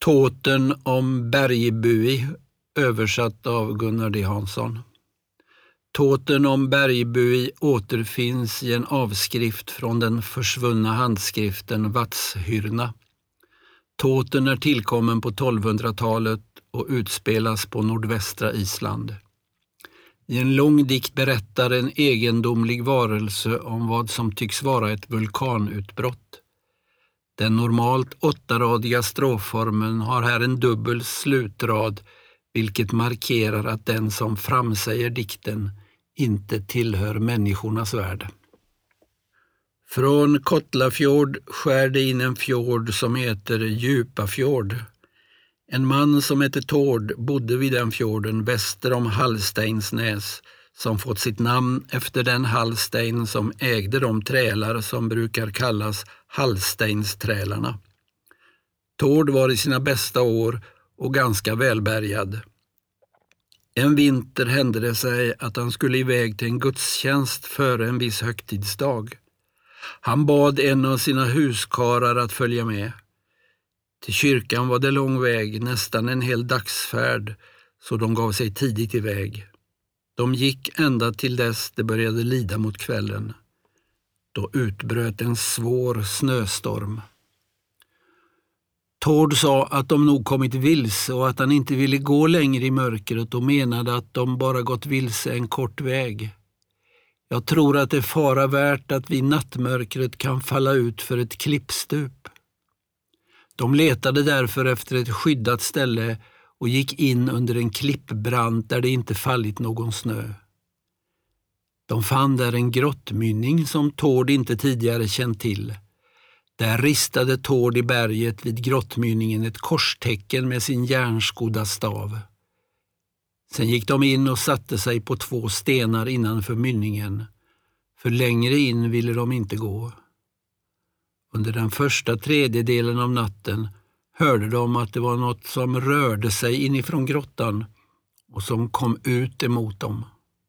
Tåten om Bergbui, översatt av Gunnar D. Hansson. Tåten om Bergbui återfinns i en avskrift från den försvunna handskriften Vatshyrna. Tåten är tillkommen på 1200-talet och utspelas på nordvästra Island. I en lång dikt berättar en egendomlig varelse om vad som tycks vara ett vulkanutbrott. Den normalt 8-radiga strofformen har här en dubbel slutrad, vilket markerar att den som framsäger dikten inte tillhör människornas värld. Från Kotlafjord skär det in en fjord som heter Djupafjord. En man som heter Tord bodde vid den fjorden väster om Hallsteinsnäs, som fått sitt namn efter den Hallstein som ägde de trälar som brukar kallas Hallsteinsträlarna. Tord var i sina bästa år och ganska välbärgad. En vinter hände det sig att han skulle iväg till en gudstjänst före en viss högtidsdag. Han bad en av sina huskarar att följa med. Till kyrkan var det lång väg, nästan en hel dagsfärd, så de gav sig tidigt iväg. De gick ända till dess det började lida mot kvällen. Då utbröt en svår snöstorm. Tord sa att de nog kommit vilse och att han inte ville gå längre i mörkret och menade att de bara gått vilse en kort väg. Jag tror att det är fara värt att vi nattmörkret kan falla ut för ett klippstup. De letade därför efter ett skyddat ställe och gick in under en klippbrant där det inte fallit någon snö. De fann där en grottmynning som Tord inte tidigare känt till. Där ristade Tord i berget vid grottmynningen ett korstecken med sin järnskodda stav. Sen gick de in och satte sig på 2 stenar innanför mynningen. För längre in ville de inte gå. Under den första tredjedelen av natten hörde de att det var något som rörde sig inifrån grottan och som kom ut emot dem.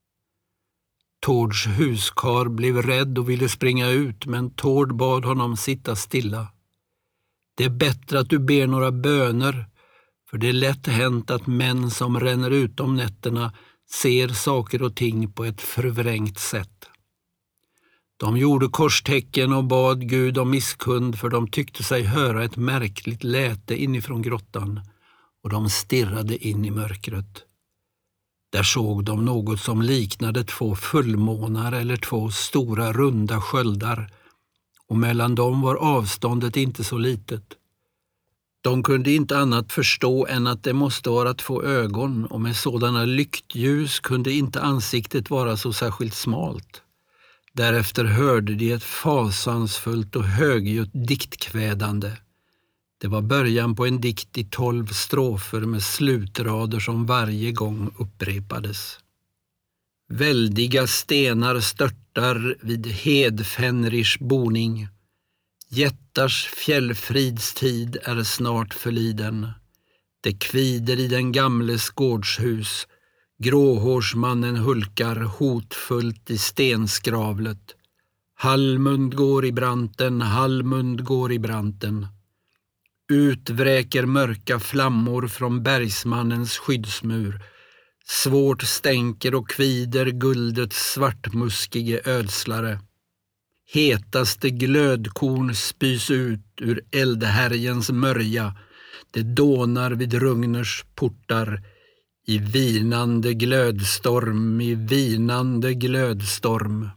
Tords huskar blev rädd och ville springa ut, men Tord bad honom sitta stilla. Det är bättre att du ber några böner, för det är lätt hänt att män som ränner ut om nätterna ser saker och ting på ett förvrängt sätt. De gjorde korstecken och bad Gud om misskund, för de tyckte sig höra ett märkligt läte inifrån grottan, och de stirrade in i mörkret. Där såg de något som liknade 2 fullmånar eller 2 stora runda sköldar, och mellan dem var avståndet inte så litet. De kunde inte annat förstå än att det måste vara 2 ögon, och med sådana lyktljus kunde inte ansiktet vara så särskilt smalt. Därefter hörde de ett fasansfullt och högljutt diktkvädande. Det var början på en dikt i 12 strofer med slutrader som varje gång upprepades. Väldiga stenar störtar vid Hedfenrish boning. Jättars fjällfridstid är snart förliden. Det kvider i den gamles gårdshus. Gråhårsmannen hulkar hotfullt i stenskravlet. Hallmund går i branten, Hallmund går i branten. Utvräker mörka flammor från bergsmannens skyddsmur. Svårt stänker och kvider guldets svartmuskige ödslare. Hetaste glödkorn spys ut ur eldhärjens mörja. Det dånar vid Rugners portar. I vinande glödstorm, i vinande glödstorm.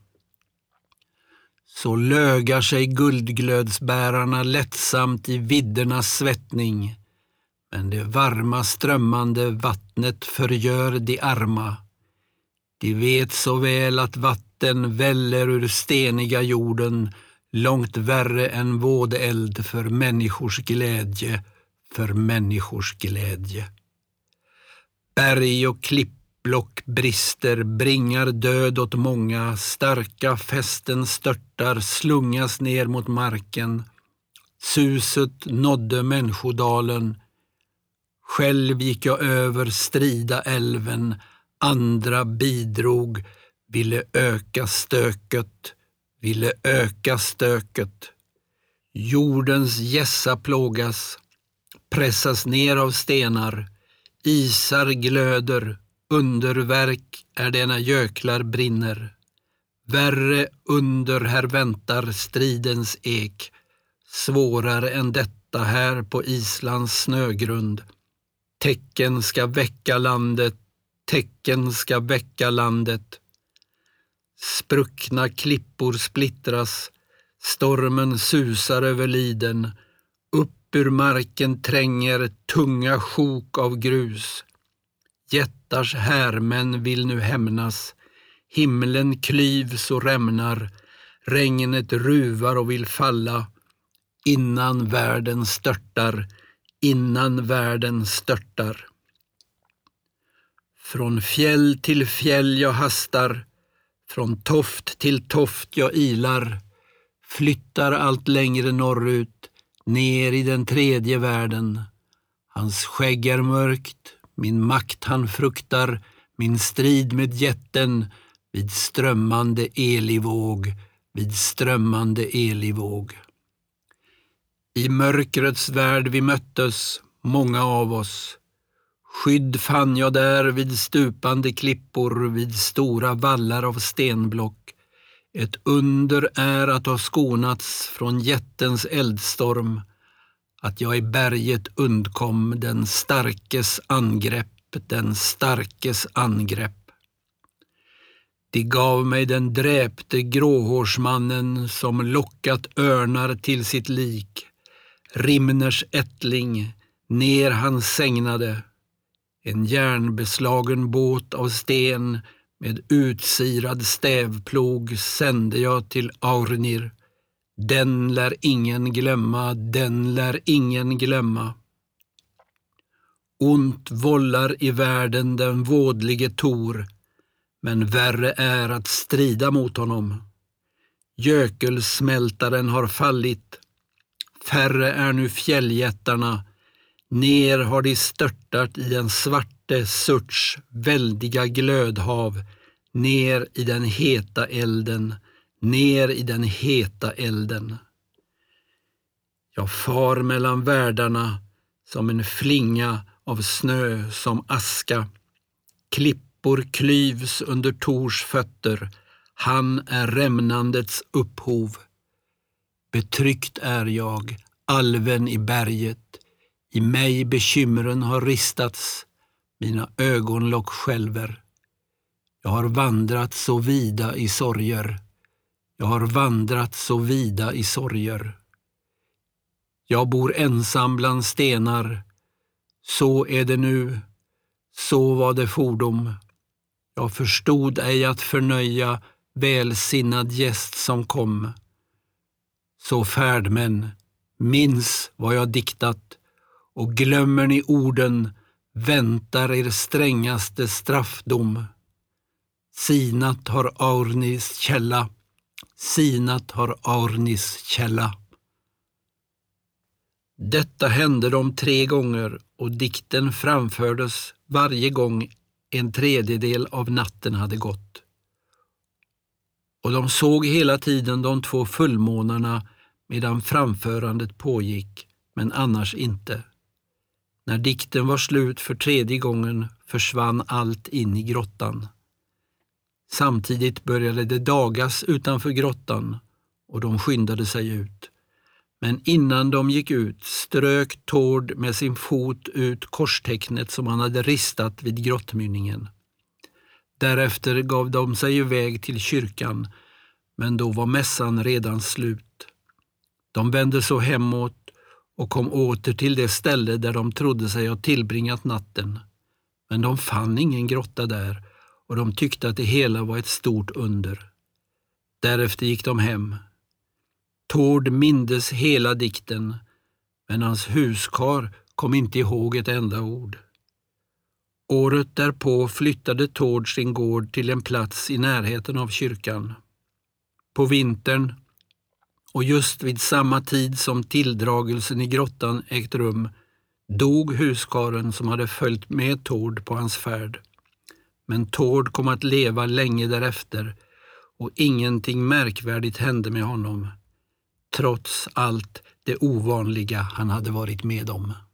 Så lögar sig guldglödsbärarna lättsamt i viddernas svettning, men det varma strömmande vattnet förgör de arma. De vet så väl att vatten väller ur steniga jorden, långt värre än vådeld för människors glädje, för människors glädje. Berg och klippblock brister, bringar död åt många, starka fästen störtar, slungas ner mot marken. Suset nådde människodalen. Själv gick jag över strida älven, andra bidrog, ville öka stöket, ville öka stöket. Jordens gässa plågas, pressas ner av stenar, isar glöder, underverk är det när göklar brinner. Värre under här väntar stridens ek, svårare än detta här på Islands snögrund. Tecken ska väcka landet, tecken ska väcka landet. Spruckna klippor splittras, stormen susar över liden. Upp ur marken tränger tunga sjok av grus. Jättars härmän vill nu hämnas. Himlen klyvs och rämnar. Regnet ruvar och vill falla. Innan världen störtar, innan världen störtar. Från fjäll till fjäll jag hastar. Från toft till toft jag ilar. Flyttar allt längre norrut, ner i den tredje världen. Hans skägg är mörkt, min makt han fruktar, min strid med jätten vid strömmande elivåg, vid strömmande elivåg. I mörkrets värld vi möttes, många av oss. Skydd fann jag där vid stupande klippor, vid stora vallar av stenblock. Ett under är att ha skonats från jättens eldstorm, att jag i berget undkom den starkes angrepp, den starkes angrepp. De gav mig den dräpte gråhårsmannen som lockat örnar till sitt lik. Rimners ättling, ner han sängnade. En järnbeslagen båt av sten med utsirad stävplog sände jag till Aurnir. Den lär ingen glömma, den lär ingen glömma. Ont vållar i världen den vådlige Tor, men värre är att strida mot honom. Gökelsmältaren har fallit, färre är nu fjälljättarna, ner har de störtat i den svarte Surts väldiga glödhav, ner i den heta elden, ner i den heta elden. Jag far mellan världarna som en flinga av snö som aska. Klippor klyvs under Tors fötter, han är rämnandets upphov. Betryckt är jag, alven i berget, i mig bekymren har ristats, mina ögonlock skälver. Jag har vandrat så vida i sorger, jag har vandrat så vida i sorger. Jag bor ensam bland stenar, så är det nu, så var det fordom. Jag förstod ej att förnöja välsinnad gäst som kom. Så färdmän, minns vad jag diktat, och glömmer ni orden, väntar er strängaste straffdom. Sinat har Aurnis källa, sinat har Aurnis källa. Detta hände de 3 gånger och dikten framfördes varje gång en tredjedel av natten hade gått. Och de såg hela tiden de 2 fullmånarna medan framförandet pågick, men annars inte. När dikten var slut för 3:e gången försvann allt in i grottan. Samtidigt började det dagas utanför grottan och de skyndade sig ut. Men innan de gick ut strök Tord med sin fot ut korstecknet som han hade ristat vid grottmynningen. Därefter gav de sig iväg till kyrkan, men då var mässan redan slut. De vände så hemåt och kom åter till det ställe där de trodde sig ha tillbringat natten. Men de fann ingen grotta där och de tyckte att det hela var ett stort under. Därefter gick de hem. Tord mindes hela dikten, men hans huskar kom inte ihåg ett enda ord. Året därpå flyttade Tord sin gård till en plats i närheten av kyrkan. På vintern, och just vid samma tid som tilldragelsen i grottan ägt rum, dog huskaren som hade följt med Tord på hans färd. Men Tord kom att leva länge därefter och ingenting märkvärdigt hände med honom, trots allt det ovanliga han hade varit med om.